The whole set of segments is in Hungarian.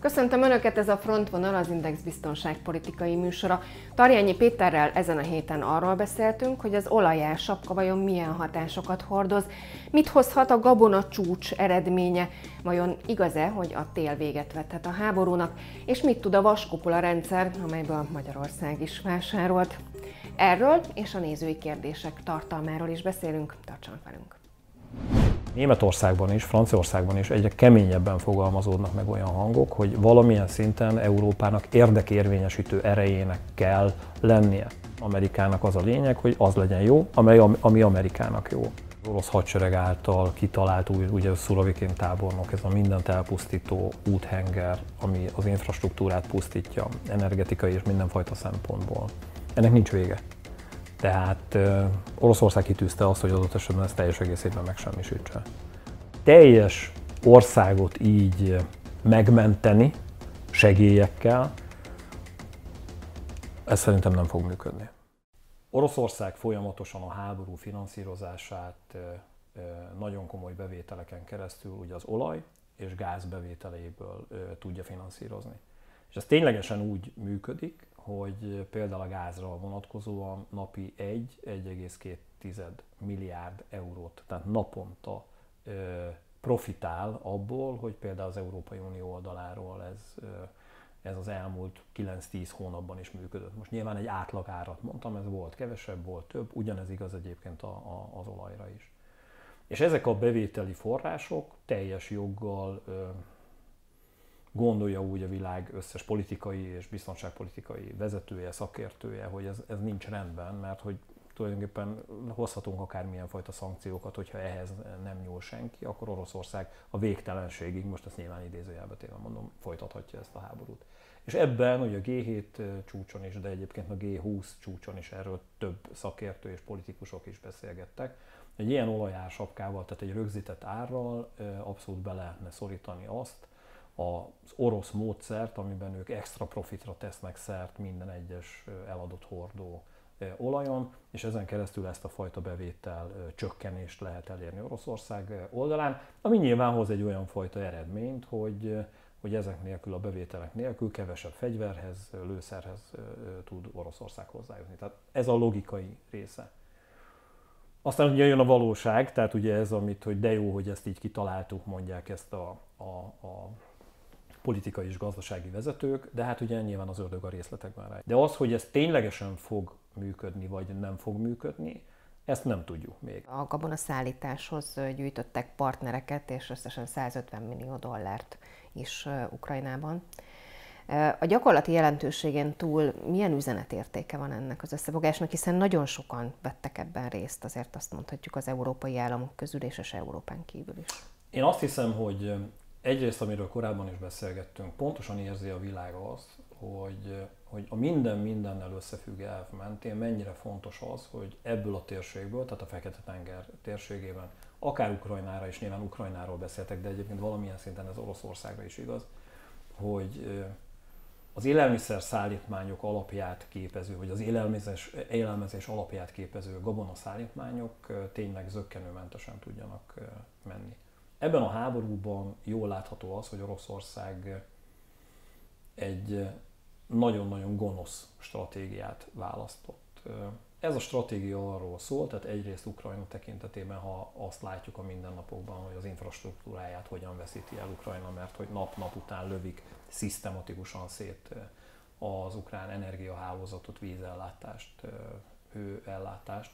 Köszöntöm Önöket, ez a Frontvonal, az Index biztonságpolitikai műsora. Tarjányi Péterrel ezen a héten arról beszéltünk, hogy az olajár sapka vajon milyen hatásokat hordoz, mit hozhat a gabona csúcs eredménye, vajon igaz-e, hogy a tél véget vethet a háborúnak, és mit tud a vaskupola rendszer, amelyből Magyarország is vásárolt. Erről és a nézői kérdések tartalmáról is beszélünk, tartsanak velünk! Németországban is, Franciaországban is egyre keményebben fogalmazódnak meg olyan hangok, hogy valamilyen szinten Európának érdekérvényesítő erejének kell lennie. Amerikának az a lényeg, hogy az legyen jó, ami Amerikának jó. Az orosz hadsereg által kitalált ugye a Szuravikin tábornok, ez a mindent elpusztító úthenger, ami az infrastruktúrát pusztítja, energetikai és mindenfajta szempontból. Ennek nincs vége. Tehát Oroszország kitűzte azt, hogy adott esetben ezt teljes egészében megsemmisítse. Teljes országot így megmenteni segélyekkel, ez szerintem nem fog működni. Oroszország folyamatosan a háború finanszírozását nagyon komoly bevételeken keresztül ugye az olaj és gáz bevételeiből tudja finanszírozni. És ez ténylegesen úgy működik, hogy például a gázra vonatkozóan napi 1,2 milliárd eurót, tehát naponta profitál abból, hogy például az Európai Unió oldaláról ez az elmúlt 9-10 hónapban is működött. Most nyilván egy átlagárat mondtam, ez volt kevesebb, volt több, ugyanez igaz egyébként az olajra is. És ezek a bevételi források teljes joggal gondolja úgy a világ összes politikai és biztonságpolitikai vezetője, szakértője, hogy ez nincs rendben, mert hogy tulajdonképpen hozhatunk akármilyen fajta szankciókat, hogyha ehhez nem nyúl senki, akkor Oroszország a végtelenségig, most ezt nyilván idézőjelbe téve mondom, folytathatja ezt a háborút. És ebben ugye a G7 csúcson is, de egyébként a G20 csúcson is erről több szakértő és politikusok is beszélgettek. Egy ilyen olajársapkával, tehát egy rögzített árral abszolút be lehetne szorítani azt, az orosz módszert, amiben ők extra profitra tesznek szert minden egyes eladott hordó olajon, és ezen keresztül ezt a fajta bevétel csökkenést lehet elérni Oroszország oldalán, ami nyilván hoz egy olyan fajta eredményt, hogy ezek nélkül, a bevételek nélkül kevesebb fegyverhez, lőszerhez tud Oroszország hozzájutni. Tehát ez a logikai része. Aztán ugye jön a valóság, tehát ugye ez, hogy de jó, hogy ezt így kitaláltuk, mondják ezt a politikai és gazdasági vezetők, de hát ugye nyilván az ördög a részletekben rá. De az, hogy ez ténylegesen fog működni, vagy nem fog működni, ezt nem tudjuk még. A gabonaszállításhoz gyűjtöttek partnereket, és összesen 150 millió dollárt is Ukrajnában. A gyakorlati jelentőségén túl milyen üzenetértéke van ennek az összefogásnak, hiszen nagyon sokan vettek ebben részt, azért azt mondhatjuk az európai államok közül és Európán kívül is. Én azt hiszem, hogy egyrészt, amiről korábban is beszélgettünk, pontosan érzi a világ azt, hogy a minden mindennel összefügg elv mentén mennyire fontos az, hogy ebből a térségből, tehát a Fekete-tenger térségében, akár Ukrajnára is, nyilván Ukrajnáról beszéltek, de egyébként valamilyen szinten ez Oroszországra is igaz, hogy az élelmiszer szállítmányok alapját képező, vagy az élelmezés alapját képező gabonaszállítmányok tényleg zökkenőmentesen tudjanak menni. Ebben a háborúban jól látható az, hogy Oroszország egy nagyon-nagyon gonosz stratégiát választott. Ez a stratégia arról szól, tehát egyrészt Ukrajna tekintetében, ha azt látjuk a mindennapokban, hogy az infrastruktúráját hogyan veszíti el Ukrajna, mert hogy nap-nap után lövik szisztematikusan szét az ukrán energiahálózatot, vízellátást, hőellátást.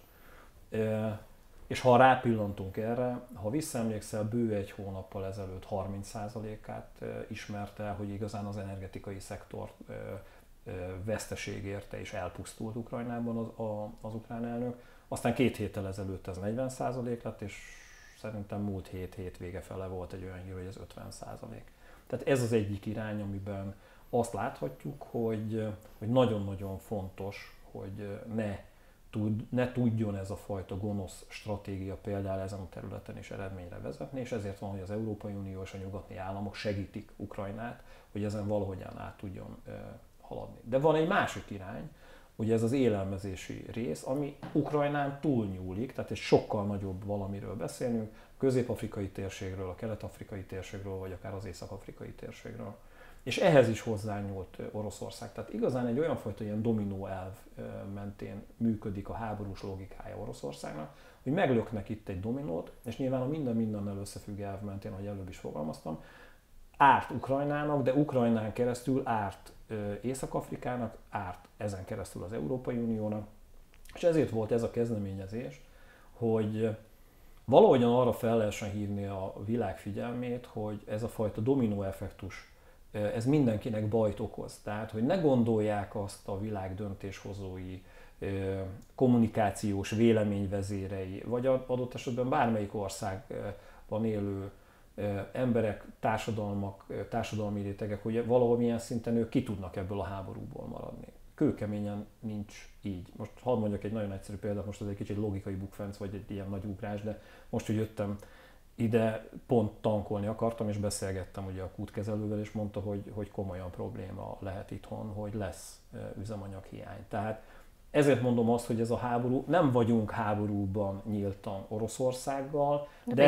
És ha rápillantunk erre, ha visszaemlékszel, bő egy hónappal ezelőtt 30%-át ismerte el, hogy igazán az energetikai szektor veszteség érte és elpusztult Ukrajnában az ukrán elnök. Aztán 2 héttel ezelőtt ez 40% lett, és szerintem múlt hétvége fele volt egy olyan hír, hogy ez 50%. Tehát ez az egyik irány, amiben azt láthatjuk, hogy nagyon-nagyon fontos, hogy ne tudjon ez a fajta gonosz stratégia például ezen a területen is eredményre vezetni, és ezért van, hogy az Európai Unió és a nyugati államok segítik Ukrajnát, hogy ezen valahogyan át tudjon haladni. De van egy másik irány, ugye ez az élelmezési rész, ami Ukrajnán túlnyúlik, tehát egy sokkal nagyobb valamiről beszélünk, közép-afrikai térségről, a kelet-afrikai térségről, vagy akár az észak-afrikai térségről. És ehhez is hozzányúlt Oroszország. Tehát igazán egy olyan fajta ilyen dominó elv mentén működik a háborús logikája Oroszországnak, hogy meglöknek itt egy dominót, és nyilván a minden mindennel összefügg elv mentén, ahogy előbb is fogalmaztam, árt Ukrajnának, de Ukrajnán keresztül árt Észak-Afrikának, árt ezen keresztül az Európai Uniónak. És ezért volt ez a kezdeményezés, hogy valahogyan arra fel lehessen hívni a világ figyelmét, hogy ez a fajta dominó effektus, ez mindenkinek bajt okoz. Tehát, hogy ne gondolják azt a világ döntéshozói, kommunikációs véleményvezérei, vagy adott esetben bármelyik országban élő emberek, társadalmi rétegek, hogy valamilyen szinten ők ki tudnak ebből a háborúból maradni. Kőkeményen nincs így. Most hadd mondjak egy nagyon egyszerű példát, most ez egy kicsit logikai bukfenc, vagy egy ilyen nagy ugrás, de most, hogy jöttem ide, pont tankolni akartam, és beszélgettem ugye a kútkezelővel, és mondta, hogy komolyan probléma lehet itthon, hogy lesz üzemanyaghiány. Tehát ezért mondom azt, hogy ez a háború, nem vagyunk háborúban nyíltan Oroszországgal, de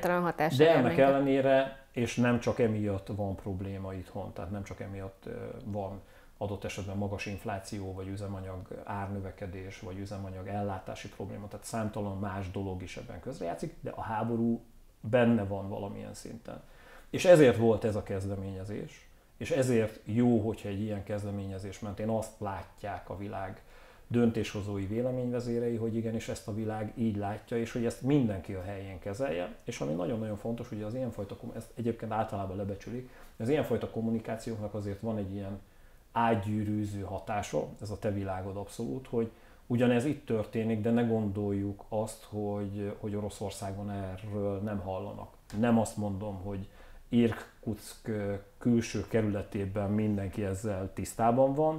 ennek ellenére, és nem csak emiatt van probléma itthon, tehát nem csak emiatt van adott esetben magas infláció, vagy üzemanyag árnövekedés, vagy üzemanyag ellátási probléma, tehát számtalan más dolog is ebben közrejátszik, de a háború benne van valamilyen szinten. És ezért volt ez a kezdeményezés, és ezért jó, hogyha egy ilyen kezdeményezés mentén azt látják a világ döntéshozói véleményvezérei, hogy igenis ezt a világ így látja, és hogy ezt mindenki a helyén kezelje. És ami nagyon-nagyon fontos, hogy az ilyenfajta, ezt egyébként általában lebecsülik, az ilyenfajta kommunikációknak azért van egy ilyen átgyűrűző hatása, ez a te világod abszolút, hogy ugyanez itt történik, de ne gondoljuk azt, hogy Oroszországban erről nem hallanak. Nem azt mondom, hogy Irkutsk külső kerületében mindenki ezzel tisztában van,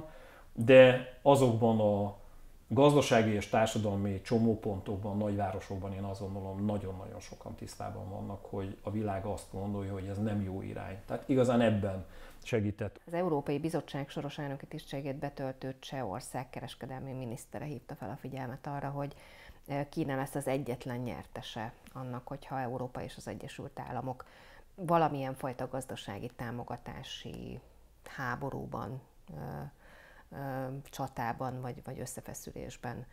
de azokban a gazdasági és társadalmi csomópontokban, nagyvárosokban én azt gondolom, nagyon-nagyon sokan tisztában vannak, hogy a világ azt gondolja, hogy ez nem jó irány. Tehát igazán ebben segített. Az Európai Bizottság soros elnöki tisztségét betöltő Csehország kereskedelmi minisztere hívta fel a figyelmet arra, hogy Kína lesz az egyetlen nyertese annak, hogyha Európa és az Egyesült Államok valamilyen fajta gazdasági támogatási háborúban, csatában vagy összefeszülésben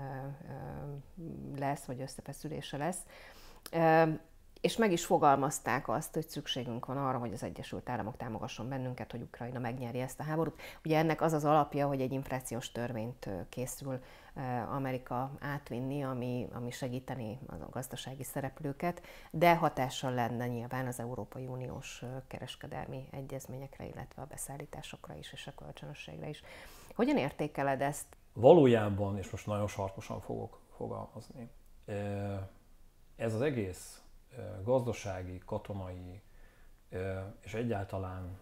lesz, vagy összefeszülése lesz. És meg is fogalmazták azt, hogy szükségünk van arra, hogy az Egyesült Államok támogasson bennünket, hogy Ukrajna megnyerje ezt a háborút. Ugye ennek az az alapja, hogy egy inflációs törvényt készül Amerika átvinni, ami segíteni a gazdasági szereplőket, de hatással lenne nyilván az Európai Uniós kereskedelmi egyezményekre, illetve a beszállításokra is, és a kölcsönösségre is. Hogyan értékeled ezt? Valójában, és most nagyon sarkosan fogok fogalmazni, ez az egész gazdasági, katonai és egyáltalán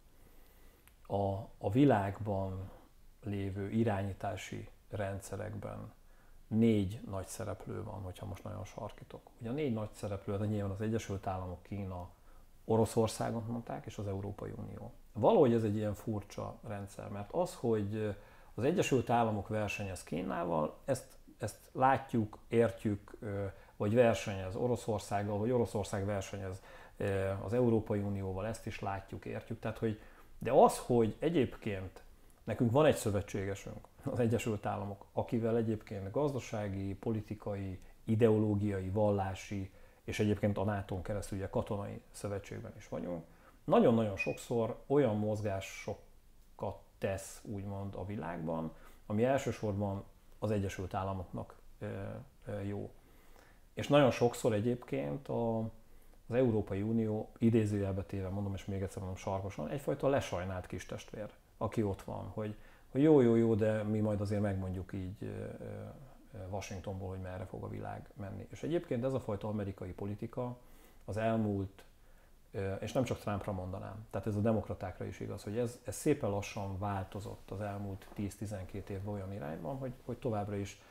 a világban lévő irányítási rendszerekben 4 nagy szereplő van, hogyha most nagyon sarkítok. Ugye a 4 nagy szereplő, de nyilván az Egyesült Államok, Kína, Oroszországot mondták, és az Európai Unió. Valahogy ez egy ilyen furcsa rendszer, mert az, hogy az Egyesült Államok versenyez Kínával, ezt látjuk, értjük, vagy versenyez Oroszországgal, vagy Oroszország versenyez az Európai Unióval, ezt is látjuk, értjük. Tehát, de az, hogy egyébként nekünk van egy szövetségesünk, az Egyesült Államok, akivel egyébként gazdasági, politikai, ideológiai, vallási, és egyébként a NATO-n keresztül ugye katonai szövetségben is vagyunk, nagyon-nagyon sokszor olyan mozgásokat tesz úgymond a világban, ami elsősorban az Egyesült Államoknak jó. És nagyon sokszor egyébként az Európai Unió, idézőjelbe téve mondom, és még egyszer mondom sarkosan, egyfajta lesajnált kis testvér, aki ott van, hogy jó, de mi majd azért megmondjuk így Washingtonból, hogy merre fog a világ menni. És egyébként ez a fajta amerikai politika az elmúlt, és nem csak Trumpra mondanám, tehát ez a demokratákra is igaz, hogy ez szépen lassan változott az elmúlt 10-12 évben olyan irányban, hogy továbbra is,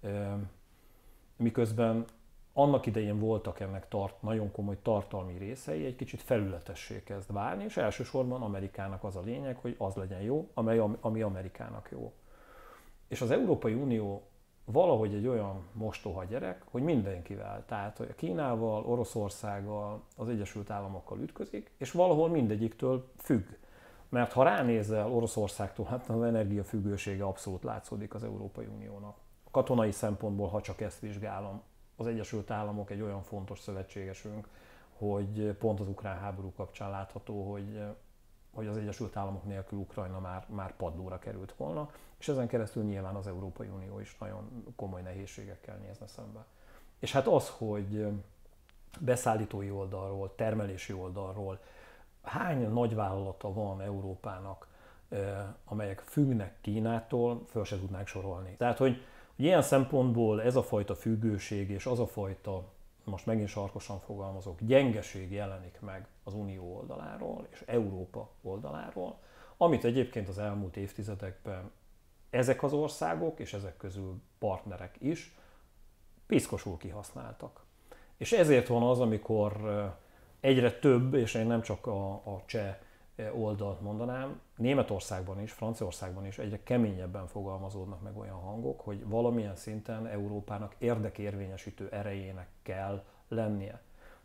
miközben annak idején voltak ennek nagyon komoly tartalmi részei, egy kicsit felületessé kezd válni, és elsősorban Amerikának az a lényeg, hogy az legyen jó, ami Amerikának jó. És az Európai Unió valahogy egy olyan mostoha gyerek, hogy mindenkivel, tehát Kínával, Oroszországgal, az Egyesült Államokkal ütközik, és valahol mindegyiktől függ. Mert ha ránézel Oroszországtól, hát az energiafüggősége abszolút látszódik az Európai Uniónak. A katonai szempontból, ha csak ezt vizsgálom, az Egyesült Államok egy olyan fontos szövetségesünk, hogy pont az ukrán háború kapcsán látható, hogy az Egyesült Államok nélkül Ukrajna már padlóra került volna, és ezen keresztül nyilván az Európai Unió is nagyon komoly nehézségekkel nézne szembe. És hát az, hogy beszállítói oldalról, termelési oldalról hány nagyvállalata van Európának, amelyek függnek Kínától, föl se tudnánk sorolni. Tehát, hogy ilyen szempontból ez a fajta függőség és az a fajta, most megint sarkosan fogalmazok, gyengeség jelenik meg az Unió oldaláról és Európa oldaláról, amit egyébként az elmúlt évtizedekben ezek az országok, és ezek közül partnerek is piszkosul kihasználtak. És ezért van az, amikor egyre több, és én nem csak a cseh oldalt mondanám, Németországban is, Franciaországban is egyre keményebben fogalmazódnak meg olyan hangok, hogy valamilyen szinten Európának érdekérvényesítő erejének kell lennie.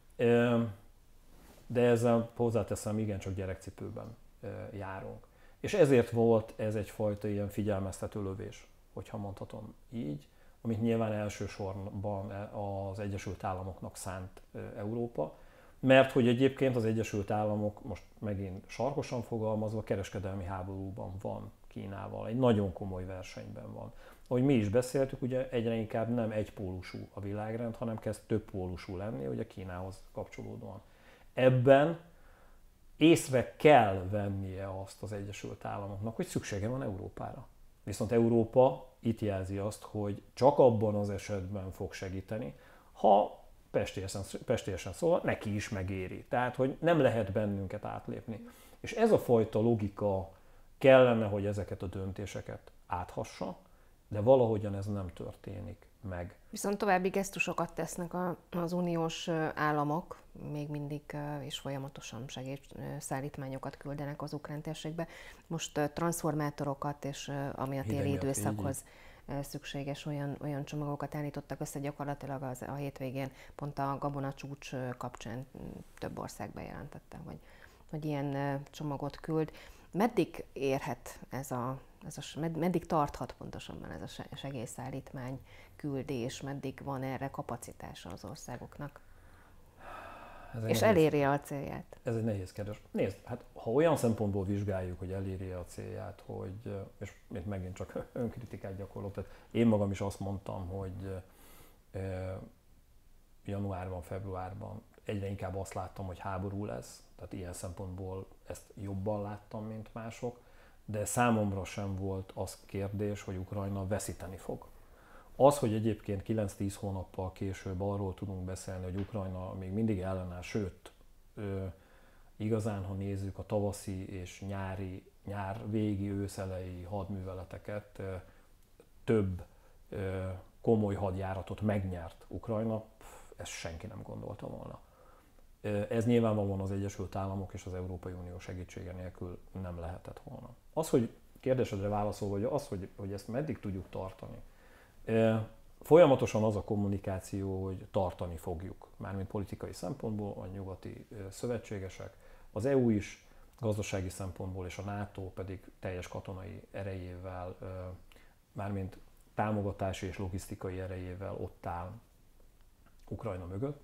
De ezzel hozzáteszem, igencsak gyerekcipőben járunk. És ezért volt ez egyfajta ilyen figyelmeztető lövés, hogyha mondhatom így, amit nyilván elsősorban az Egyesült Államoknak szánt Európa, mert hogy egyébként az Egyesült Államok, most megint sarkosan fogalmazva, kereskedelmi háborúban van Kínával, egy nagyon komoly versenyben van. Ahogy mi is beszéltük, ugye egyre inkább nem egypólusú a világrend, hanem kezd többpólusú lenni, ugye Kínához kapcsolódóan. Ebben észre kell vennie azt az Egyesült Államoknak, hogy szüksége van Európára. Viszont Európa itt jelzi azt, hogy csak abban az esetben fog segíteni, ha pestélyesen szóval neki is megéri. Tehát, hogy nem lehet bennünket átlépni. És ez a fajta logika kellene, hogy ezeket a döntéseket áthassa, de valahogyan ez nem történik meg. Viszont további gesztusokat tesznek az uniós államok, még mindig és folyamatosan segédszállítmányokat küldenek az ukrán térségbe. Most transformátorokat és ami a téli időszakhoz szükséges olyan csomagokat állítottak össze gyakorlatilag a hétvégén, pont a gabona csúcs kapcsán több ország bejelentette, hogy ilyen csomagot küld. Meddig érhet meddig tarthat pontosabban ez a segélyszállítmány küldés, meddig van erre kapacitása az országok?nak? És eléri a célját? Ez egy nehéz kérdés. Nézd, hát ha olyan szempontból vizsgáljuk, hogy eléri a célját, és itt megint csak önkritikát gyakorlok, tehát én magam is azt mondtam, hogy januárban, februárban egyre inkább azt láttam, hogy háború lesz, tehát ilyen szempontból ezt jobban láttam, mint mások, de számomra sem volt az kérdés, hogy Ukrajna veszíteni fog. Az, hogy egyébként 9-10 hónappal később arról tudunk beszélni, hogy Ukrajna még mindig ellenáll, sőt, igazán, ha nézzük a tavaszi és nyár végi, őszelei hadműveleteket, több komoly hadjáratot megnyert Ukrajna, ezt senki nem gondolta volna. Ez nyilvánvalóan az Egyesült Államok és az Európai Unió segítsége nélkül nem lehetett volna. Az, hogy kérdésedre válaszolva, hogy az, hogy ezt meddig tudjuk tartani, folyamatosan az a kommunikáció, hogy tartani fogjuk, mármint politikai szempontból, a nyugati szövetségesek, az EU is, gazdasági szempontból, és a NATO pedig teljes katonai erejével, mármint támogatási és logisztikai erejével ott áll Ukrajna mögött.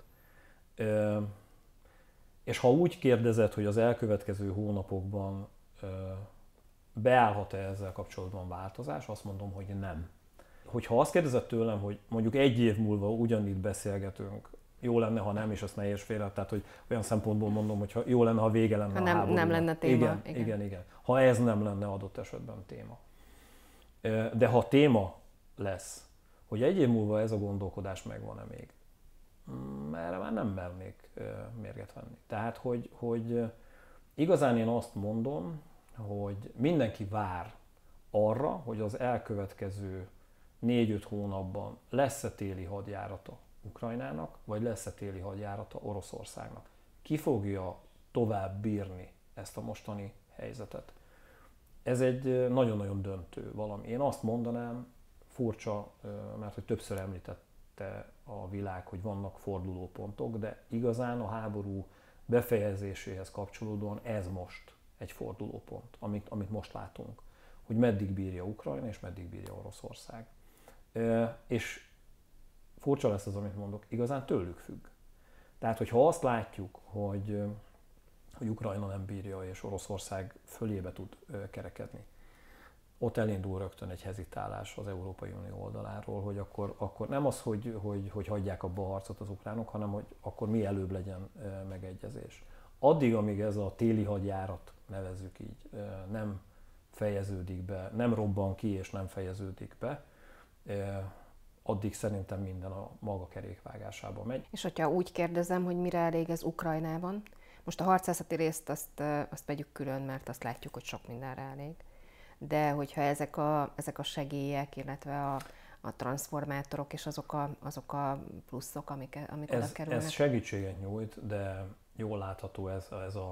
És ha úgy kérdezed, hogy az elkövetkező hónapokban beállhat-e ezzel kapcsolatban változás, azt mondom, hogy nem. Hogyha azt kérdezed tőlem, hogy mondjuk egy év múlva ugyanitt beszélgetünk, jó lenne, ha nem, és azt ne érts félre, tehát hogy olyan szempontból mondom, hogy jó lenne, ha vége lenne a háborúnak. Nem lenne téma. Igen. Ha ez nem lenne adott esetben téma. De ha téma lesz, hogy egy év múlva ez a gondolkodás megvan-e még, erre már nem mernék mérget venni. Tehát, hogy igazán én azt mondom, hogy mindenki vár arra, hogy az elkövetkező 4-5 hónapban lesz-e téli hadjárata Ukrajnának, vagy lesz-e téli hadjárata Oroszországnak. Ki fogja tovább bírni ezt a mostani helyzetet? Ez egy nagyon-nagyon döntő valami. Én azt mondanám, furcsa, mert hogy többször említette a világ, hogy vannak fordulópontok, de igazán a háború befejezéséhez kapcsolódóan ez most egy fordulópont, amit most látunk, hogy meddig bírja Ukrajna és meddig bírja Oroszország. És furcsa lesz az, amit mondok, igazán tőlük függ. Tehát, hogyha azt látjuk, hogy Ukrajna nem bírja és Oroszország fölébe tud kerekedni, ott elindul rögtön egy hezitálás az Európai Unió oldaláról, hogy akkor nem az, hogy hagyják abba a harcot az ukránok, hanem hogy akkor mi előbb legyen megegyezés. Addig, amíg ez a téli hadjárat, nevezzük így, nem fejeződik be, nem robban ki és nem fejeződik be, addig szerintem minden a maga kerékvágásába megy. És hogyha úgy kérdezem, hogy mire elég ez Ukrajnában, most a harcászati részt azt vegyük külön, mert azt látjuk, hogy sok mindenre elég. De hogyha ezek a segélyek, illetve a transformátorok és azok a pluszok, amik oda kerülnek. Ez segítséget nyújt, de jól látható ez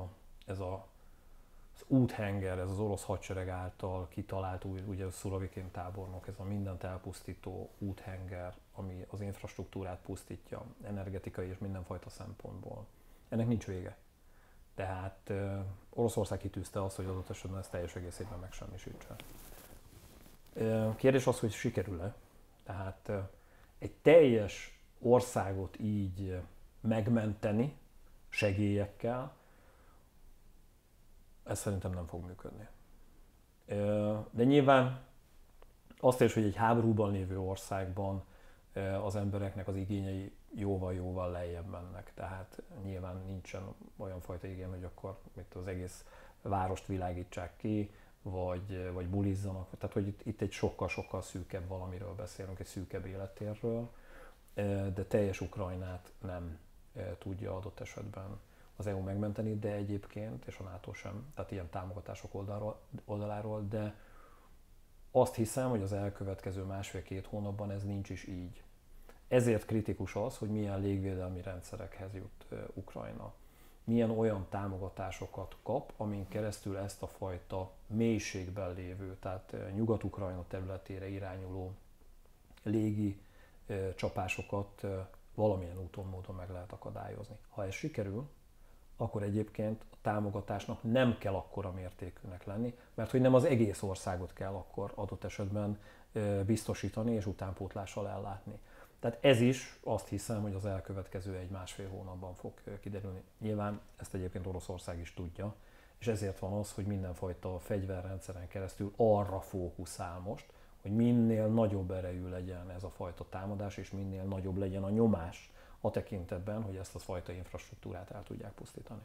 az úthenger, ez az orosz hadsereg által kitalált, ugye a Szurovikin tábornok, ez a mindent elpusztító úthenger, ami az infrastruktúrát pusztítja, energetikai és mindenfajta szempontból. Ennek nincs vége. Tehát Oroszország kitűzte azt, hogy adott esetben ezt teljes egészében megsemmisítse. Kérdés az, hogy sikerül-e. Tehát egy teljes országot így megmenteni segélyekkel, ez szerintem nem fog működni. De nyilván azt is, hogy egy háborúban lévő országban az embereknek az igényei jóval lejjebb mennek. Tehát nyilván nincsen olyan fajta igény, hogy akkor az egész várost világítsák ki, vagy bulizzanak. Tehát, hogy itt egy sokkal szűkebb valamiről beszélünk, egy szűkebb élettérről, de teljes Ukrajnát nem tudja adott esetben az EU megmenteni, de egyébként, és a NATO sem, tehát ilyen támogatások oldaláról, de azt hiszem, hogy az elkövetkező 1,5-2 hónapban ez nincs is így. Ezért kritikus az, hogy milyen légvédelmi rendszerekhez jut Ukrajna. Milyen olyan támogatásokat kap, amin keresztül ezt a fajta mélységben lévő, tehát Nyugat-Ukrajna területére irányuló légi csapásokat valamilyen úton, módon meg lehet akadályozni. Ha ez sikerül, akkor egyébként a támogatásnak nem kell akkora mértékűnek lenni, mert hogy nem az egész országot kell akkor adott esetben biztosítani és utánpótlással ellátni. Tehát ez is azt hiszem, hogy az elkövetkező 1-1,5 hónapban fog kiderülni. Nyilván ezt egyébként Oroszország is tudja, és ezért van az, hogy mindenfajta fegyverrendszeren keresztül arra fókuszál most, hogy minél nagyobb erejű legyen ez a fajta támadás, és minél nagyobb legyen a nyomás a tekintetben, hogy ezt a fajta infrastruktúrát el tudják pusztítani.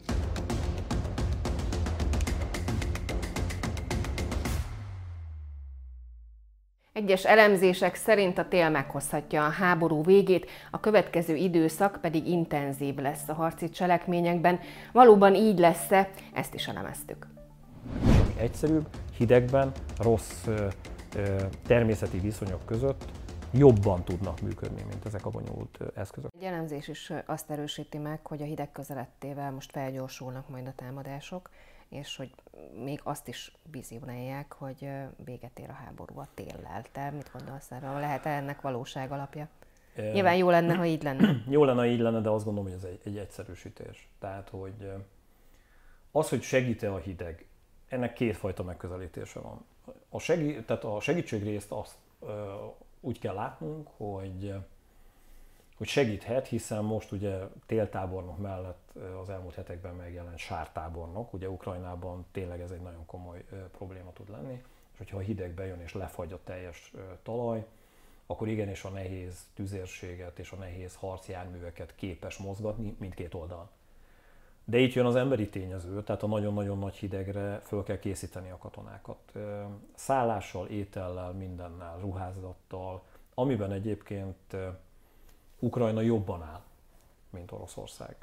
Egyes elemzések szerint a tél meghozhatja a háború végét, a következő időszak pedig intenzív lesz a harci cselekményekben. Valóban így lesz-e? Ezt is elemeztük. Egyszerűbb, hidegben, rossz természeti viszonyok között jobban tudnak működni, mint ezek a bonyolult eszközök. Egy elemzés is azt erősíti meg, hogy a hideg közelettével most felgyorsulnak majd a támadások, és hogy még azt is vizionálják, hogy véget ér a háború a téllel. Te mit gondolsz erről? Lehet ennek valóság alapja? Nyilván jó lenne, ha így lenne. Jó lenne, ha így lenne, de azt gondolom, hogy ez egy egyszerűsítés. Tehát, hogy az, hogy segít-e a hideg, ennek kétfajta megközelítése van. Tehát a segítségrészt azt úgy kell látnunk, hogy segíthet, hiszen most ugye téltábornok mellett az elmúlt hetekben megjelent sártábornok, ugye Ukrajnában tényleg ez egy nagyon komoly probléma tud lenni, és hogyha a hideg bejön és lefagy a teljes talaj, akkor igenis a nehéz tüzérséget és a nehéz harcjárműveket képes mozgatni mindkét oldalon. De itt jön az emberi tényező, tehát a nagyon-nagyon nagy hidegre föl kell készíteni a katonákat. Szállással, étellel, mindennel, ruházattal, amiben egyébként Ukrajna jobban áll, mint Oroszország.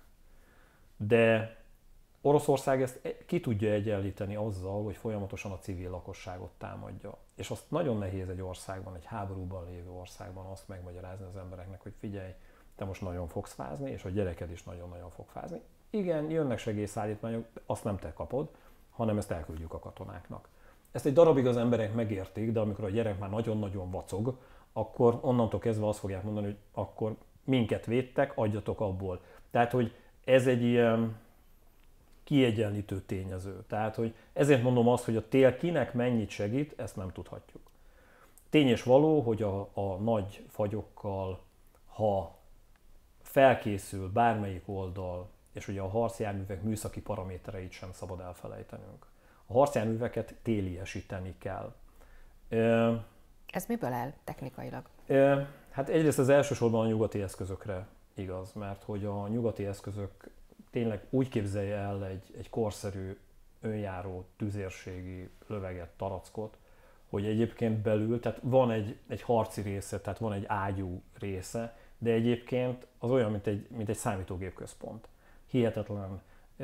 De Oroszország ezt ki tudja egyenlíteni azzal, hogy folyamatosan a civil lakosságot támadja. És azt nagyon nehéz egy országban, egy háborúban lévő országban azt megmagyarázni az embereknek, hogy figyelj, te most nagyon fogsz fázni, és a gyereked is nagyon-nagyon fog fázni. Igen, jönnek segélyszállítmányok, azt nem te kapod, hanem ezt elküldjük a katonáknak. Ezt egy darabig az emberek megértik, de amikor a gyerek már nagyon-nagyon vacog, akkor onnantól kezdve azt fogják mondani, hogy akkor minket védtek, adjatok abból. Tehát, hogy ez egy ilyen kiegyenlítő tényező. Tehát, hogy ezért mondom azt, hogy a tél kinek mennyit segít, ezt nem tudhatjuk. Tény és való, hogy a nagy fagyokkal, ha felkészül bármelyik oldal, és ugye a harcjárművek műszaki paramétereit sem szabad elfelejtenünk. A harcjárműveket téliesíteni kell. Ez miből áll technikailag? Hát egyrészt az elsősorban a nyugati eszközökre igaz, mert hogy a nyugati eszközök tényleg úgy képzelje el egy korszerű, önjáró, tüzérségi löveget, tarackot, hogy egyébként belül, tehát van egy harci része, tehát van egy ágyú része, de egyébként az olyan, mint egy számítógépközpont. Hihetetlen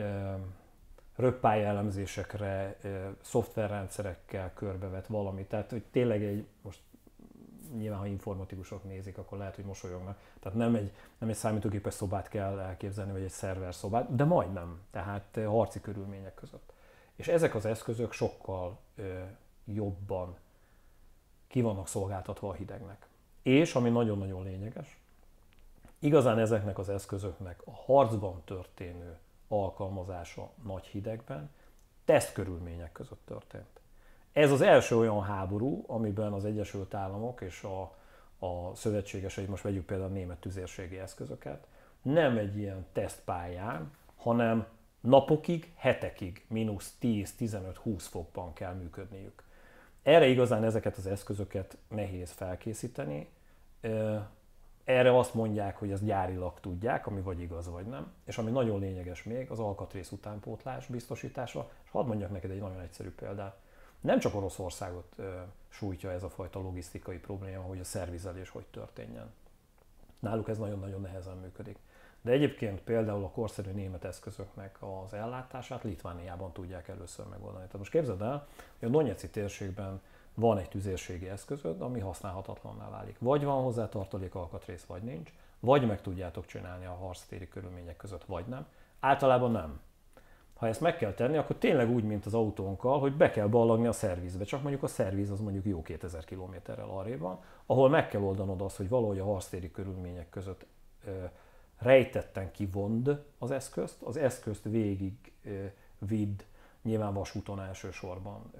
röppálya elemzésekre, szoftverrendszerekkel körbevett valami. Tehát, hogy tényleg most nyilván, ha informatikusok nézik, akkor lehet, hogy mosolyognak. Tehát nem egy számítógépes szobát kell elképzelni, vagy egy szerver szobát, de majdnem, tehát harci körülmények között. És ezek az eszközök sokkal jobban ki vannak szolgáltatva a hidegnek. És, ami nagyon-nagyon lényeges, igazán ezeknek az eszközöknek a harcban történő alkalmazása nagy hidegben tesztkörülmények között történt. Ez az első olyan háború, amiben az Egyesült Államok és a szövetségesei, most vegyük például a német tüzérségi eszközöket, nem egy ilyen tesztpályán, hanem napokig, hetekig, mínusz 10-15-20 fokban kell működniük. Erre igazán ezeket az eszközöket nehéz felkészíteni. Erre azt mondják, hogy ezt gyárilag tudják, ami vagy igaz, vagy nem. És ami nagyon lényeges még, az alkatrész utánpótlás biztosítása. És hadd mondjak neked egy nagyon egyszerű példát. Nem csak Oroszországot sújtja ez a fajta logisztikai probléma, hogy a szervizelés hogy történjen. Náluk ez nagyon-nagyon nehezen működik. De egyébként például a korszerű német eszközöknek az ellátását Litvániában tudják először megoldani. Tehát most képzeld el, hogy a Donetszki térségben van egy tüzérségi eszközöd, ami használhatatlanná válik. Vagy van hozzá tartalék alkatrész, vagy nincs, vagy meg tudjátok csinálni a harctéri körülmények között, vagy nem. Általában nem. Ha ezt meg kell tenni, akkor tényleg úgy, mint az autónkkal, hogy be kell ballagni a szervizbe, csak mondjuk a szerviz az mondjuk jó 2000 kilométerrel arrébb van, ahol meg kell oldanod azt, hogy valahogy a harctéri körülmények között rejtetten kivond az eszközt végig vidd, nyilván vasúton elsősorban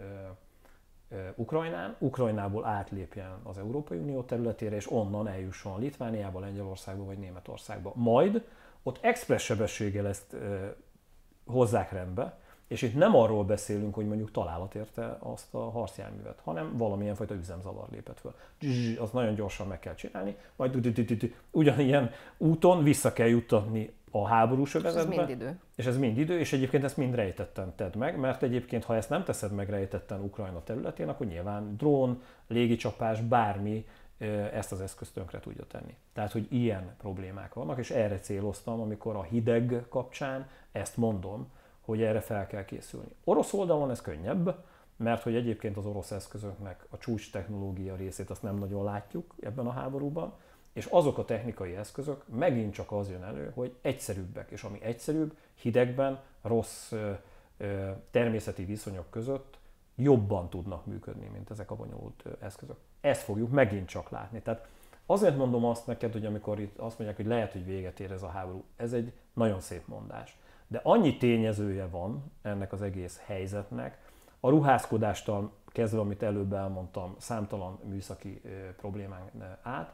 Ukrajnából átlépjen az Európai Unió területére, és onnan eljusson Litvániába, Lengyelországba vagy Németországba. Majd ott express sebességgel ezt hozzák rendbe, és itt nem arról beszélünk, hogy mondjuk találat érte azt a harcjárművet, hanem valamilyen fajta üzemzavar lépett föl. Azt nagyon gyorsan meg kell csinálni, majd ugyanilyen úton vissza kell juttatni a háborús övezetbe. És ez mind idő. És ez mind idő, és egyébként ezt mind rejtetten tedd meg, mert egyébként, ha ezt nem teszed meg rejtetten Ukrajna területén, akkor nyilván drón, légicsapás, bármi ezt az eszközt tönkre tudja tenni. Tehát, hogy ilyen problémák vannak, és erre céloztam, amikor a hideg kapcsán ezt mondom, hogy erre fel kell készülni. Orosz oldalon ez könnyebb, mert hogy egyébként az orosz eszközöknek a csúcs technológia részét azt nem nagyon látjuk ebben a háborúban, és azok a technikai eszközök megint csak az jön elő, hogy egyszerűbbek, és ami egyszerűbb, hidegben, rossz természeti viszonyok között jobban tudnak működni, mint ezek a bonyolult eszközök. Ezt fogjuk megint csak látni. Tehát azért mondom azt neked, hogy amikor itt azt mondják, hogy lehet, hogy véget ér ez a háború, ez egy nagyon szép mondás. De annyi tényezője van ennek az egész helyzetnek, a ruházkodástól kezdve, amit előbb elmondtam, számtalan műszaki problémán át,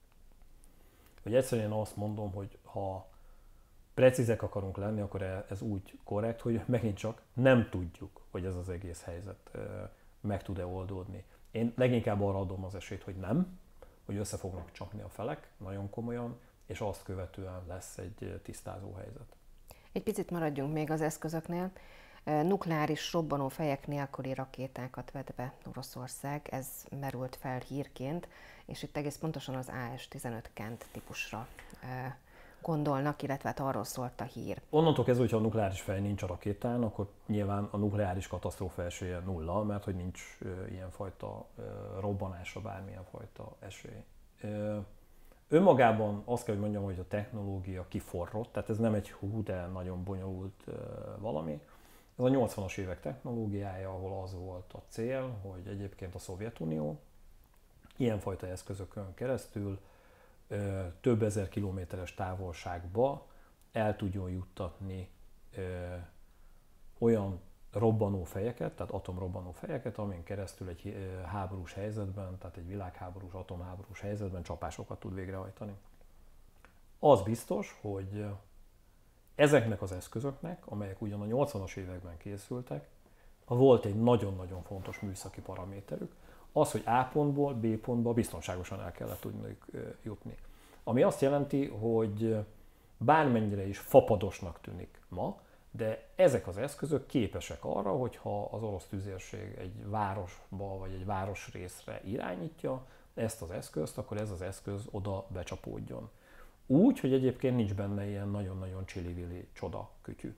hogy egyszerűen azt mondom, hogy ha precízek akarunk lenni, akkor ez úgy korrekt, hogy megint csak nem tudjuk, hogy ez az egész helyzet meg tud-e oldódni. Én leginkább arra adom az esélyt, hogy nem, hogy össze fognak csapni a felek nagyon komolyan, és azt követően lesz egy tisztázó helyzet. Egy picit maradjunk még az eszközöknél. Nukleáris robbanófejek nélküli rakétákat vet be Oroszország, ez merült fel hírként, és itt egész pontosan az AS-15 Kent típusra gondolnak, illetve hát arról szólt a hír. Onnantól kezdve, hogyha a nukleáris fej nincs a rakétán, akkor nyilván a nukleáris katasztrófa esélye nulla, mert hogy nincs ilyenfajta robbanásra bármilyen fajta esély. Önmagában azt kell, hogy mondjam, hogy a technológia kiforrott, tehát ez nem egy de nagyon bonyolult valami. Ez a 80-as évek technológiája, ahol az volt a cél, hogy egyébként a Szovjetunió ilyenfajta eszközökön keresztül több ezer kilométeres távolságba el tudjon juttatni olyan robbanó fejeket, tehát atomrobbanó fejeket, amin keresztül egy háborús helyzetben, tehát egy világháborús, atomháborús helyzetben csapásokat tud végrehajtani. Az biztos, hogy ezeknek az eszközöknek, amelyek ugyan a 80-as években készültek, volt egy nagyon-nagyon fontos műszaki paraméterük, az, hogy A pontból B pontba biztonságosan el kellett tudniuk jutni. Ami azt jelenti, hogy bármennyire is fapadosnak tűnik ma, de ezek az eszközök képesek arra, hogyha az orosz tüzérség egy városba vagy egy városrészre irányítja ezt az eszközt, akkor ez az eszköz oda becsapódjon. Úgy, hogy egyébként nincs benne ilyen nagyon-nagyon csili-vili csoda kütyű.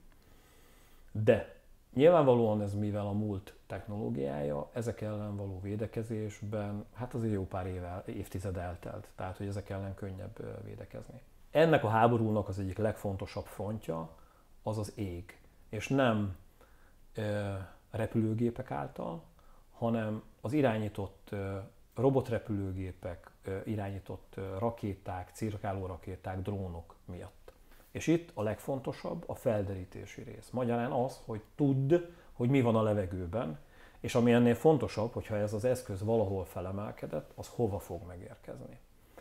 De nyilvánvalóan ez, mivel a múlt technológiája, ezek ellen való védekezésben hát azért jó pár évtized eltelt, tehát hogy ezek ellen könnyebb védekezni. Ennek a háborúnak az egyik legfontosabb frontja az az ég, és nem repülőgépek által, hanem az irányított robotrepülőgépek, irányított rakéták, cirkáló rakéták, drónok miatt. És itt a legfontosabb a felderítési rész. Magyarán az, hogy tudd, hogy mi van a levegőben, és ami ennél fontosabb, hogyha ez az eszköz valahol felemelkedett, az hova fog megérkezni.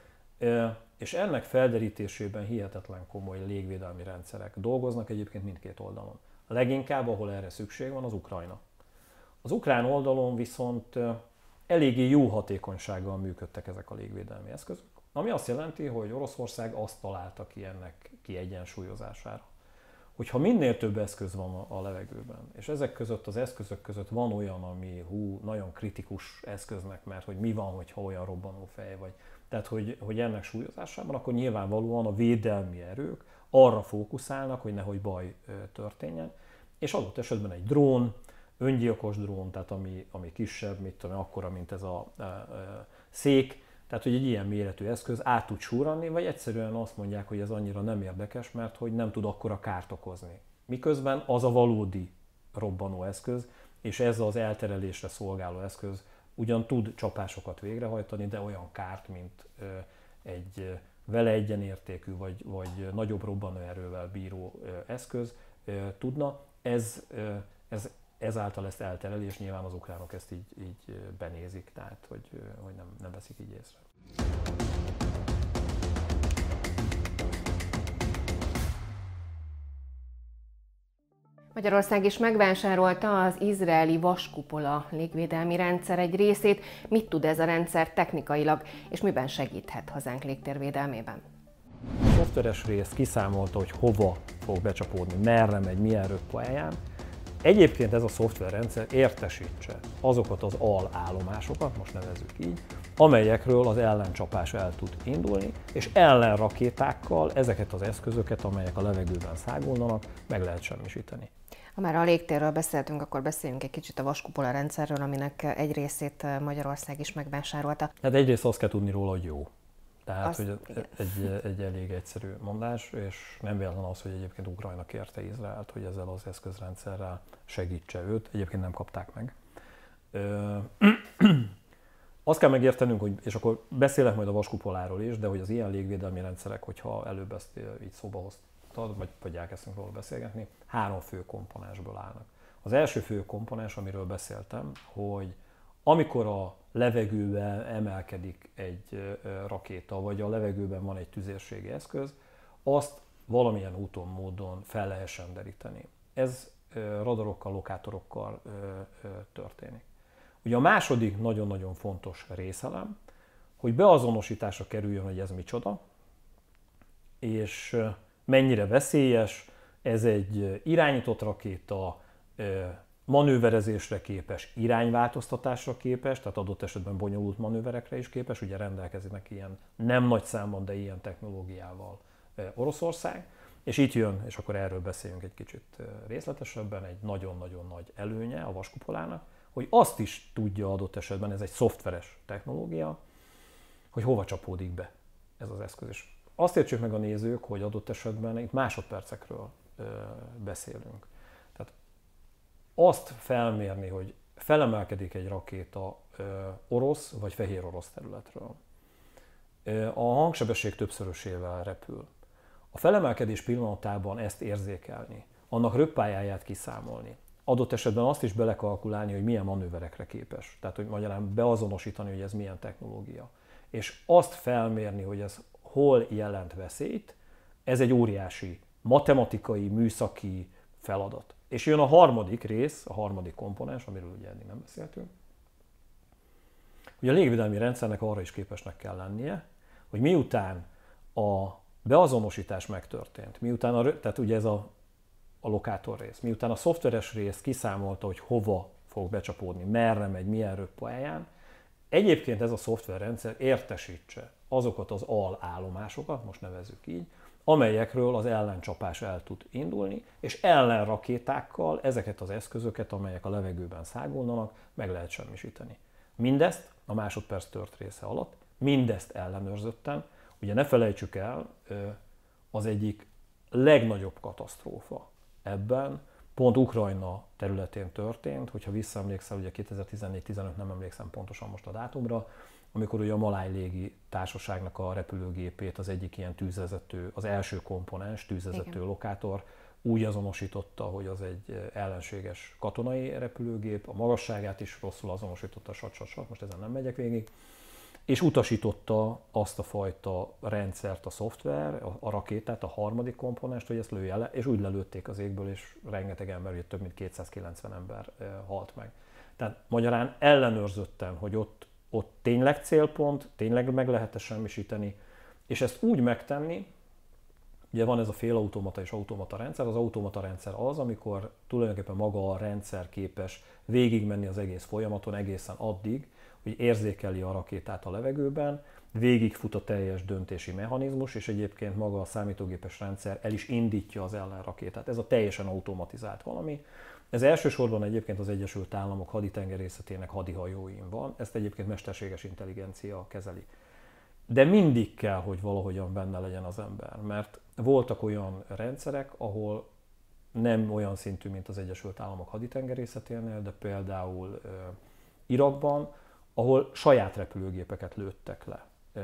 És ennek felderítésében hihetetlen komoly légvédelmi rendszerek dolgoznak egyébként mindkét oldalon. Leginkább, ahol erre szükség van, az Ukrajna. Az ukrán oldalon viszont eléggé jó hatékonysággal működtek ezek a légvédelmi eszközök, ami azt jelenti, hogy Oroszország azt találta ki ennek kiegyensúlyozására. Hogyha minél több eszköz van a levegőben, és ezek között az eszközök között van olyan, ami nagyon kritikus eszköznek, mert hogy mi van, hogyha olyan robbanófej vagy, tehát hogy ennek súlyozásában, akkor nyilvánvalóan a védelmi erők arra fókuszálnak, hogy nehogy baj történjen, és adott esetben egy drón, öngyilkos drón, tehát ami kisebb, mit tudom, akkora, mint ez a szék, tehát hogy egy ilyen méretű eszköz át tud súranni, vagy egyszerűen azt mondják, hogy ez annyira nem érdekes, mert hogy nem tud akkora kárt okozni. Miközben az a valódi robbanó eszköz, és ez az elterelésre szolgáló eszköz ugyan tud csapásokat végrehajtani, de olyan kárt, mint egy vele egyenértékű, vagy nagyobb robbanóerővel bíró eszköz tudna. Ezáltal ezt eltereli, és nyilván az ukránok ezt így benézik, tehát hogy nem veszik így észre. Magyarország is megvásárolta az izraeli vaskupola légvédelmi rendszer egy részét. Mit tud ez a rendszer technikailag, és miben segíthet hazánk légtérvédelmében? A szoftveres rész kiszámolta, hogy hova fog becsapódni, merre megy, milyen rögpályán. Egyébként ez a szoftverrendszer értesítse azokat az alállomásokat, most nevezzük így, amelyekről az ellencsapás el tud indulni, és ellenrakétákkal ezeket az eszközöket, amelyek a levegőben szágulnak, meg lehet semmisíteni. Ha már a légtérről beszéltünk, akkor beszéljünk egy kicsit a vaskupola rendszerről, aminek egy részét Magyarország is megvásárolta. Hát egyrészt azt kell tudni róla, hogy jó. Tehát, hogy egy elég egyszerű mondás, és nem véletlen az, hogy egyébként Ukrajna kérte Izraelt, hogy ezzel az eszközrendszerrel segítse őt. Egyébként nem kapták meg. Azt kell megértenünk, hogy, és akkor beszélek majd a vaskupoláról is, de hogy az ilyen légvédelmi rendszerek, hogyha előbb ezt így szóba hoztad, vagy elkezdtünk róla beszélgetni, 3 fő komponensből állnak. Az első fő komponens, amiről beszéltem, hogy amikor a levegőbe emelkedik egy rakéta, vagy a levegőben van egy tüzérségi eszköz, azt valamilyen úton, módon fel lehessen deríteni. Ez radarokkal, lokátorokkal történik. Ugye a második nagyon-nagyon fontos részelem, hogy beazonosításra kerüljön, hogy ez micsoda, és mennyire veszélyes, ez egy irányított rakéta, manőverezésre képes, irányváltoztatásra képes, tehát adott esetben bonyolult manőverekre is képes, ugye rendelkeznek ilyen nem nagy számban, de ilyen technológiával Oroszország, és itt jön, és akkor erről beszéljünk egy kicsit részletesebben, egy nagyon-nagyon nagy előnye a vaskupolának, hogy azt is tudja adott esetben, ez egy szoftveres technológia, hogy hova csapódik be ez az eszköz. És azt értsük meg a nézők, hogy adott esetben itt másodpercekről beszélünk. Tehát azt felmérni, hogy felemelkedik egy rakéta orosz vagy fehér orosz területről. A hangsebesség többszörösével repül. A felemelkedés pillanatában ezt érzékelni, annak rögpályáját kiszámolni, adott esetben azt is belekalkulálni, hogy milyen manőverekre képes. Tehát, hogy magyarán beazonosítani, hogy ez milyen technológia. És azt felmérni, hogy ez hol jelent veszélyt, ez egy óriási matematikai, műszaki feladat. És jön a harmadik rész, a harmadik komponens, amiről ugye eddig nem beszéltünk. Ugye a légvédelmi rendszernek arra is képesnek kell lennie, hogy miután a beazonosítás megtörtént, miután tehát ugye ez a lokátor rész, miután a szoftveres rész kiszámolta, hogy hova fog becsapódni, merre megy, milyen röppályán, egyébként ez a szoftverrendszer értesítse azokat az alállomásokat, most nevezzük így, amelyekről az ellencsapás el tud indulni, és ellenrakétákkal ezeket az eszközöket, amelyek a levegőben szágulnak, meg lehet semmisíteni. Mindezt a másodperc tört része alatt, mindezt ellenőrzötten, ugye ne felejtsük el, az egyik legnagyobb katasztrófa ebben pont Ukrajna területén történt, hogyha visszaemlékszel, ugye 2014-15, nem emlékszem pontosan most a dátumra, amikor ugye a Maláj légi társaságnak a repülőgépét az egyik ilyen tűzvezető, az első komponens, tűzvezető lokátor úgy azonosította, hogy az egy ellenséges katonai repülőgép, a magasságát is rosszul azonosította, most ezen nem megyek végig, és utasította azt a fajta rendszert, a szoftver, a rakétát, a harmadik komponenst, hogy ezt lője le, és úgy lelőtték az égből, és rengeteg ember, ugye több mint 290 ember halt meg. Tehát magyarán ellenőrzötten, hogy ott tényleg célpont, tényleg meg lehet semmisíteni, és ezt úgy megtenni, ugye van ez a félautomata és automata rendszer, az automata rendszer az, amikor tulajdonképpen maga a rendszer képes végigmenni az egész folyamaton egészen addig, hogy érzékeli a rakétát a levegőben, végigfut a teljes döntési mechanizmus, és egyébként maga a számítógépes rendszer el is indítja az ellenrakétát. Ez a teljesen automatizált valami. Ez elsősorban egyébként az Egyesült Államok haditengerészetének hadihajóin van, ezt egyébként mesterséges intelligencia kezeli. De mindig kell, hogy valahogyan benne legyen az ember, mert voltak olyan rendszerek, ahol nem olyan szintű, mint az Egyesült Államok haditengerészeténél, de például Irakban, ahol saját repülőgépeket lőttek le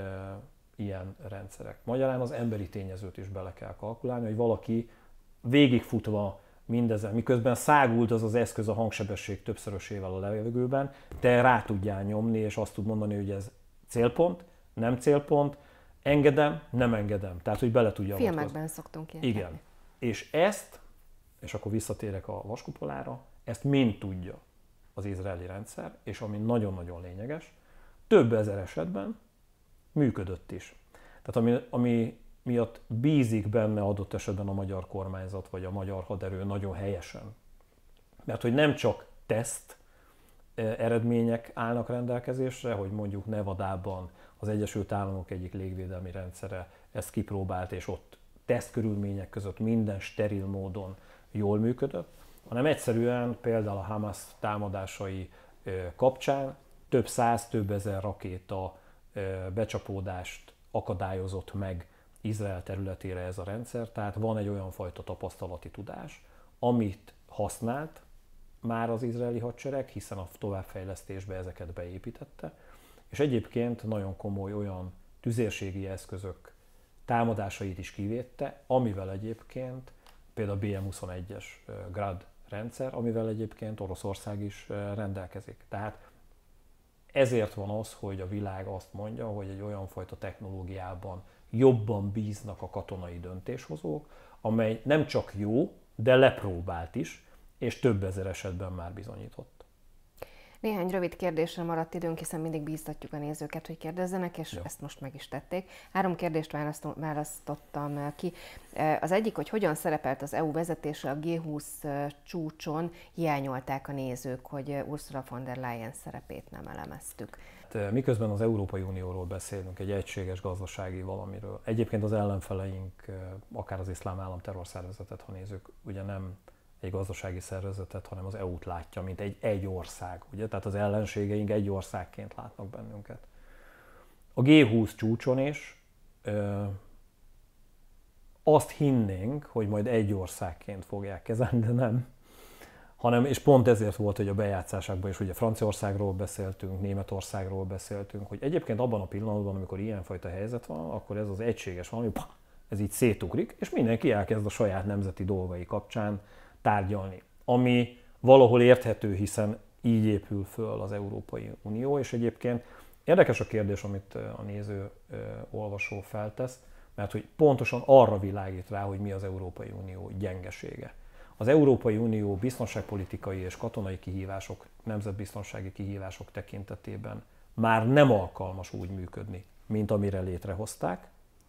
ilyen rendszerek. Magyarán az emberi tényezőt is bele kell kalkulálni, hogy valaki végigfutva mindezen, miközben szágult az az eszköz a hangsebesség többszörösével a levegőben, te rá tudjál nyomni, és azt tud mondani, hogy ez célpont, nem célpont, engedem, nem engedem. Tehát, hogy bele tudja avatkozni. Filmekben szoktunk ilyet. Igen. És ezt, és akkor visszatérek a vaskupolára, ezt mind tudja az izraeli rendszer, és ami nagyon-nagyon lényeges, több ezer esetben működött is. Tehát ami miatt bízik benne adott esetben a magyar kormányzat, vagy a magyar haderő nagyon helyesen. Mert hogy nem csak teszt eredmények állnak rendelkezésre, hogy mondjuk Nevadában az Egyesült Államok egyik légvédelmi rendszere ezt kipróbált, és ott tesztkörülmények között minden steril módon jól működött, hanem egyszerűen például a Hamas támadásai kapcsán több száz, több ezer rakéta becsapódást akadályozott meg Izrael területére ez a rendszer, tehát van egy olyan fajta tapasztalati tudás, amit használt már az izraeli hadsereg, hiszen a továbbfejlesztésbe ezeket beépítette, és egyébként nagyon komoly olyan tüzérségi eszközök támadásait is kivédte, amivel egyébként például a BM-21-es Grad rendszer, amivel egyébként Oroszország is rendelkezik. Tehát ezért van az, hogy a világ azt mondja, hogy egy olyan fajta technológiában jobban bíznak a katonai döntéshozók, amely nem csak jó, de lepróbált is, és több ezer esetben már bizonyított. Néhány rövid kérdésre maradt időnk, hiszen mindig bíztatjuk a nézőket, hogy kérdezzenek, és Jó. ezt most meg is tették. 3 kérdést választottam ki. Az egyik, hogy hogyan szerepelt az EU vezetése a G20 csúcson, hiányolták a nézők, hogy Ursula von der Leyen szerepét nem elemeztük. Miközben az Európai Unióról beszélünk, egy egységes gazdasági valamiről. Egyébként az ellenfeleink, akár az iszlám állam terrorszervezetet, ha nézzük, ugye nem egy gazdasági szervezetet, hanem az EU-t látja, mint egy ország. Ugye? Tehát az ellenségeink egy országként látnak bennünket. A G20 csúcson is azt hinnénk, hogy majd egy országként fogják kezelni, de nem. És pont ezért volt, hogy a bejátszásokban is ugye Franciaországról beszéltünk, Németországról beszéltünk, hogy egyébként abban a pillanatban, amikor ilyenfajta helyzet van, akkor ez az egységes valami, ez így szétugrik, és mindenki elkezd a saját nemzeti dolgai kapcsán tárgyalni. Ami valahol érthető, hiszen így épül föl az Európai Unió, és egyébként érdekes a kérdés, amit a néző olvasó feltesz, mert hogy pontosan arra világít rá, hogy mi az Európai Unió gyengesége. Az Európai Unió biztonságpolitikai és katonai kihívások, nemzetbiztonsági kihívások tekintetében már nem alkalmas úgy működni, mint amire létrehozták,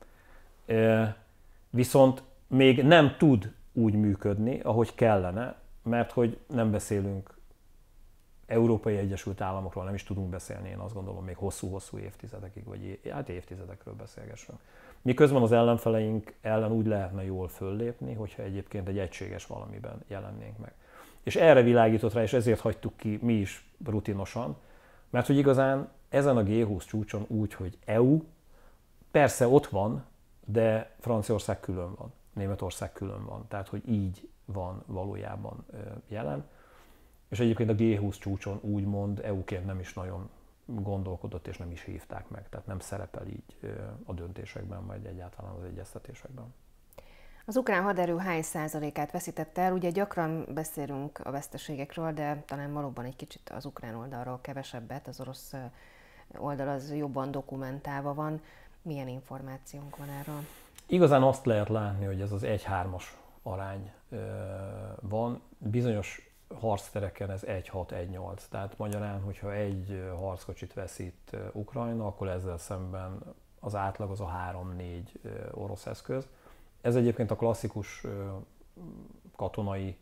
viszont még nem tud úgy működni, ahogy kellene, mert hogy nem beszélünk Európai Egyesült Államokról, nem is tudunk beszélni, én azt gondolom, még hosszú-hosszú évtizedekig, vagy hát évtizedekről beszélgessünk. Miközben az ellenfeleink ellen úgy lehetne jól föllépni, hogyha egyébként egy egységes valamiben jelennénk meg. És erre világított rá, és ezért hagytuk ki mi is rutinosan, mert hogy igazán ezen a G20 csúcson úgy, hogy EU, persze ott van, de Franciaország külön van, Németország külön van, tehát hogy így van valójában jelen. És egyébként a G20 csúcson úgymond EU-ként nem is nagyon gondolkodott, és nem is hívták meg, tehát nem szerepel így a döntésekben, vagy egyáltalán az egyeztetésekben. Az ukrán haderő hány százalékát veszítette el? Ugye gyakran beszélünk a veszteségekről, de talán valóban egy kicsit az ukrán oldalról kevesebbet, az orosz oldal az jobban dokumentálva van. Milyen információnk van erről? Igazán azt lehet látni, hogy ez az 1-3-as arány van. Bizonyos harctereken ez 1-6-1-8. Tehát magyarán, hogyha egy harckocsit veszít Ukrajna, akkor ezzel szemben az átlag az a 3-4 orosz eszköz. Ez egyébként a klasszikus katonai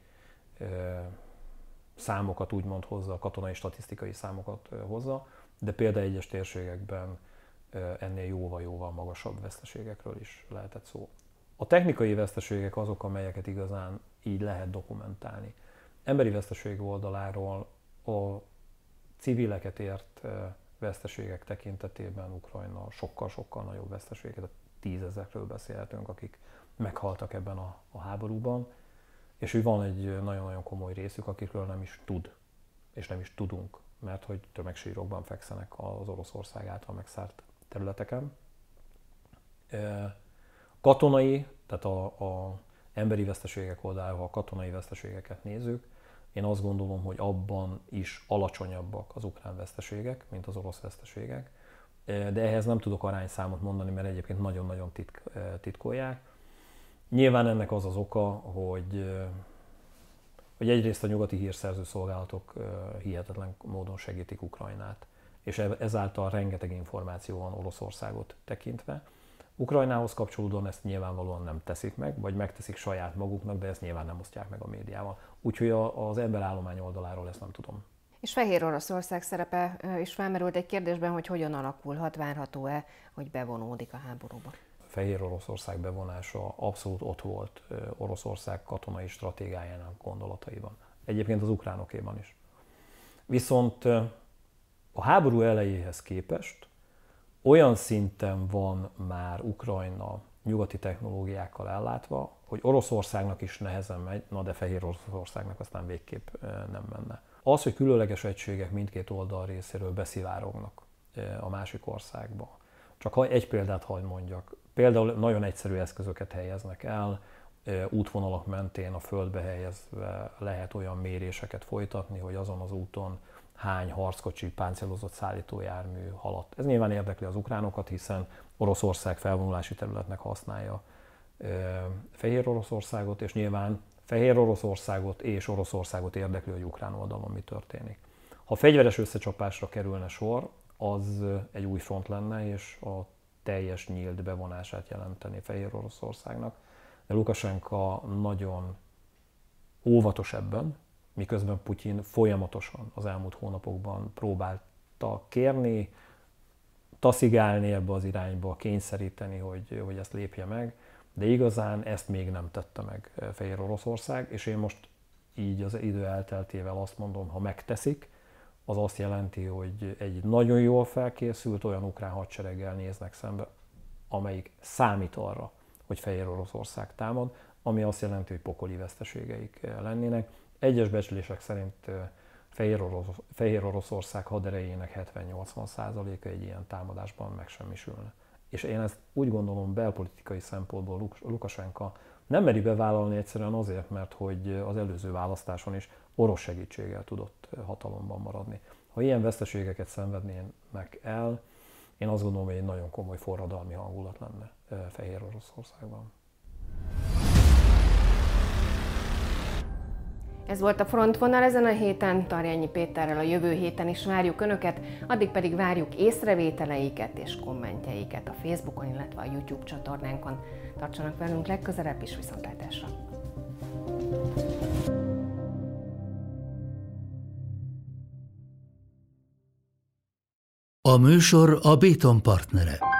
számokat úgymond hozza, katonai statisztikai számokat hozza, de például egyes térségekben ennél jóval-jóval magasabb veszteségekről is lehetett szó. A technikai veszteségek azok, amelyeket igazán így lehet dokumentálni. Emberi veszteség oldaláról a civileket ért veszteségek tekintetében Ukrajna sokkal-sokkal nagyobb veszteséget, 10 000-ről beszélhetünk, akik meghaltak ebben a háborúban, és hogy van egy nagyon-nagyon komoly részük, akikről nem is tud, és nem is tudunk, mert hogy tömegsírokban fekszenek az Oroszország által megszárt területeken. Katonai, tehát a emberi veszteségek oldaláról, ha a katonai veszteségeket nézzük, én azt gondolom, hogy abban is alacsonyabbak az ukrán veszteségek, mint az orosz veszteségek, de ehhez nem tudok arányszámot mondani, mert egyébként nagyon-nagyon titkolják. Nyilván ennek az az oka, hogy egyrészt a nyugati hírszerző szolgálatok hihetetlen módon segítik Ukrajnát, és ezáltal rengeteg információ van Oroszországot tekintve. Ukrajnához kapcsolódóan ezt nyilvánvalóan nem teszik meg, vagy megteszik saját maguknak, de ezt nyilván nem osztják meg a médiával. Úgyhogy az emberállomány oldaláról ezt nem tudom. És Fehér Oroszország szerepe is felmerült egy kérdésben, hogy hogyan alakulhat, várható-e, hogy bevonódik a háborúba? Fehér Oroszország bevonása abszolút ott volt Oroszország katonai stratégiájának gondolataiban. Egyébként az ukránokéban is. Viszont a háború elejéhez képest olyan szinten van már Ukrajna nyugati technológiákkal ellátva, hogy Oroszországnak is nehezen megy, de Fehér Oroszországnak aztán végképp nem menne. Az, hogy különleges egységek mindkét oldal részéről beszivárognak a másik országba. Csak egy példát hadd mondjak. Például nagyon egyszerű eszközöket helyeznek el, útvonalak mentén a földbe helyezve lehet olyan méréseket folytatni, hogy azon az úton hány harckocsi, páncélozott szállítójármű haladt. Ez nyilván érdekli az ukránokat, hiszen Oroszország felvonulási területnek használja Fehér Oroszországot, és nyilván Fehér Oroszországot és Oroszországot érdekli, hogy ukrán oldalon mi történik. Ha fegyveres összecsapásra kerülne sor, az egy új front lenne, és a teljes nyílt bevonását jelenteni Fehér Oroszországnak. De Lukasenka nagyon óvatos ebben, miközben Putyin folyamatosan az elmúlt hónapokban próbálta kérni, taszigálni ebbe az irányba, kényszeríteni, hogy ezt lépje meg, de igazán ezt még nem tette meg Fehér Oroszország, és én most így az idő elteltével azt mondom, ha megteszik, az azt jelenti, hogy egy nagyon jól felkészült olyan ukrán hadsereggel néznek szembe, amelyik számít arra, hogy Fehér Oroszország támad, ami azt jelenti, hogy pokoli veszteségeik lennének. Egyes becslések szerint Fehér Oroszország haderejének 70-80%-a egy ilyen támadásban megsemmisülne. és én ezt úgy gondolom belpolitikai szempontból Lukasenka nem meri bevállalni egyszerűen azért, mert hogy az előző választáson is orosz segítséggel tudott hatalomban maradni. Ha ilyen veszteségeket szenvednének el, én azt gondolom, hogy egy nagyon komoly forradalmi hangulat lenne Fehér Oroszországban. Ez volt a Frontvonal ezen a héten, Tarjányi Péterrel a jövő héten is várjuk Önöket, addig pedig várjuk észrevételeiket és kommentjeiket a Facebookon, illetve a YouTube csatornánkon. Tartsanak velünk legközelebb is, viszontlátásra! A műsor a Béton partnere.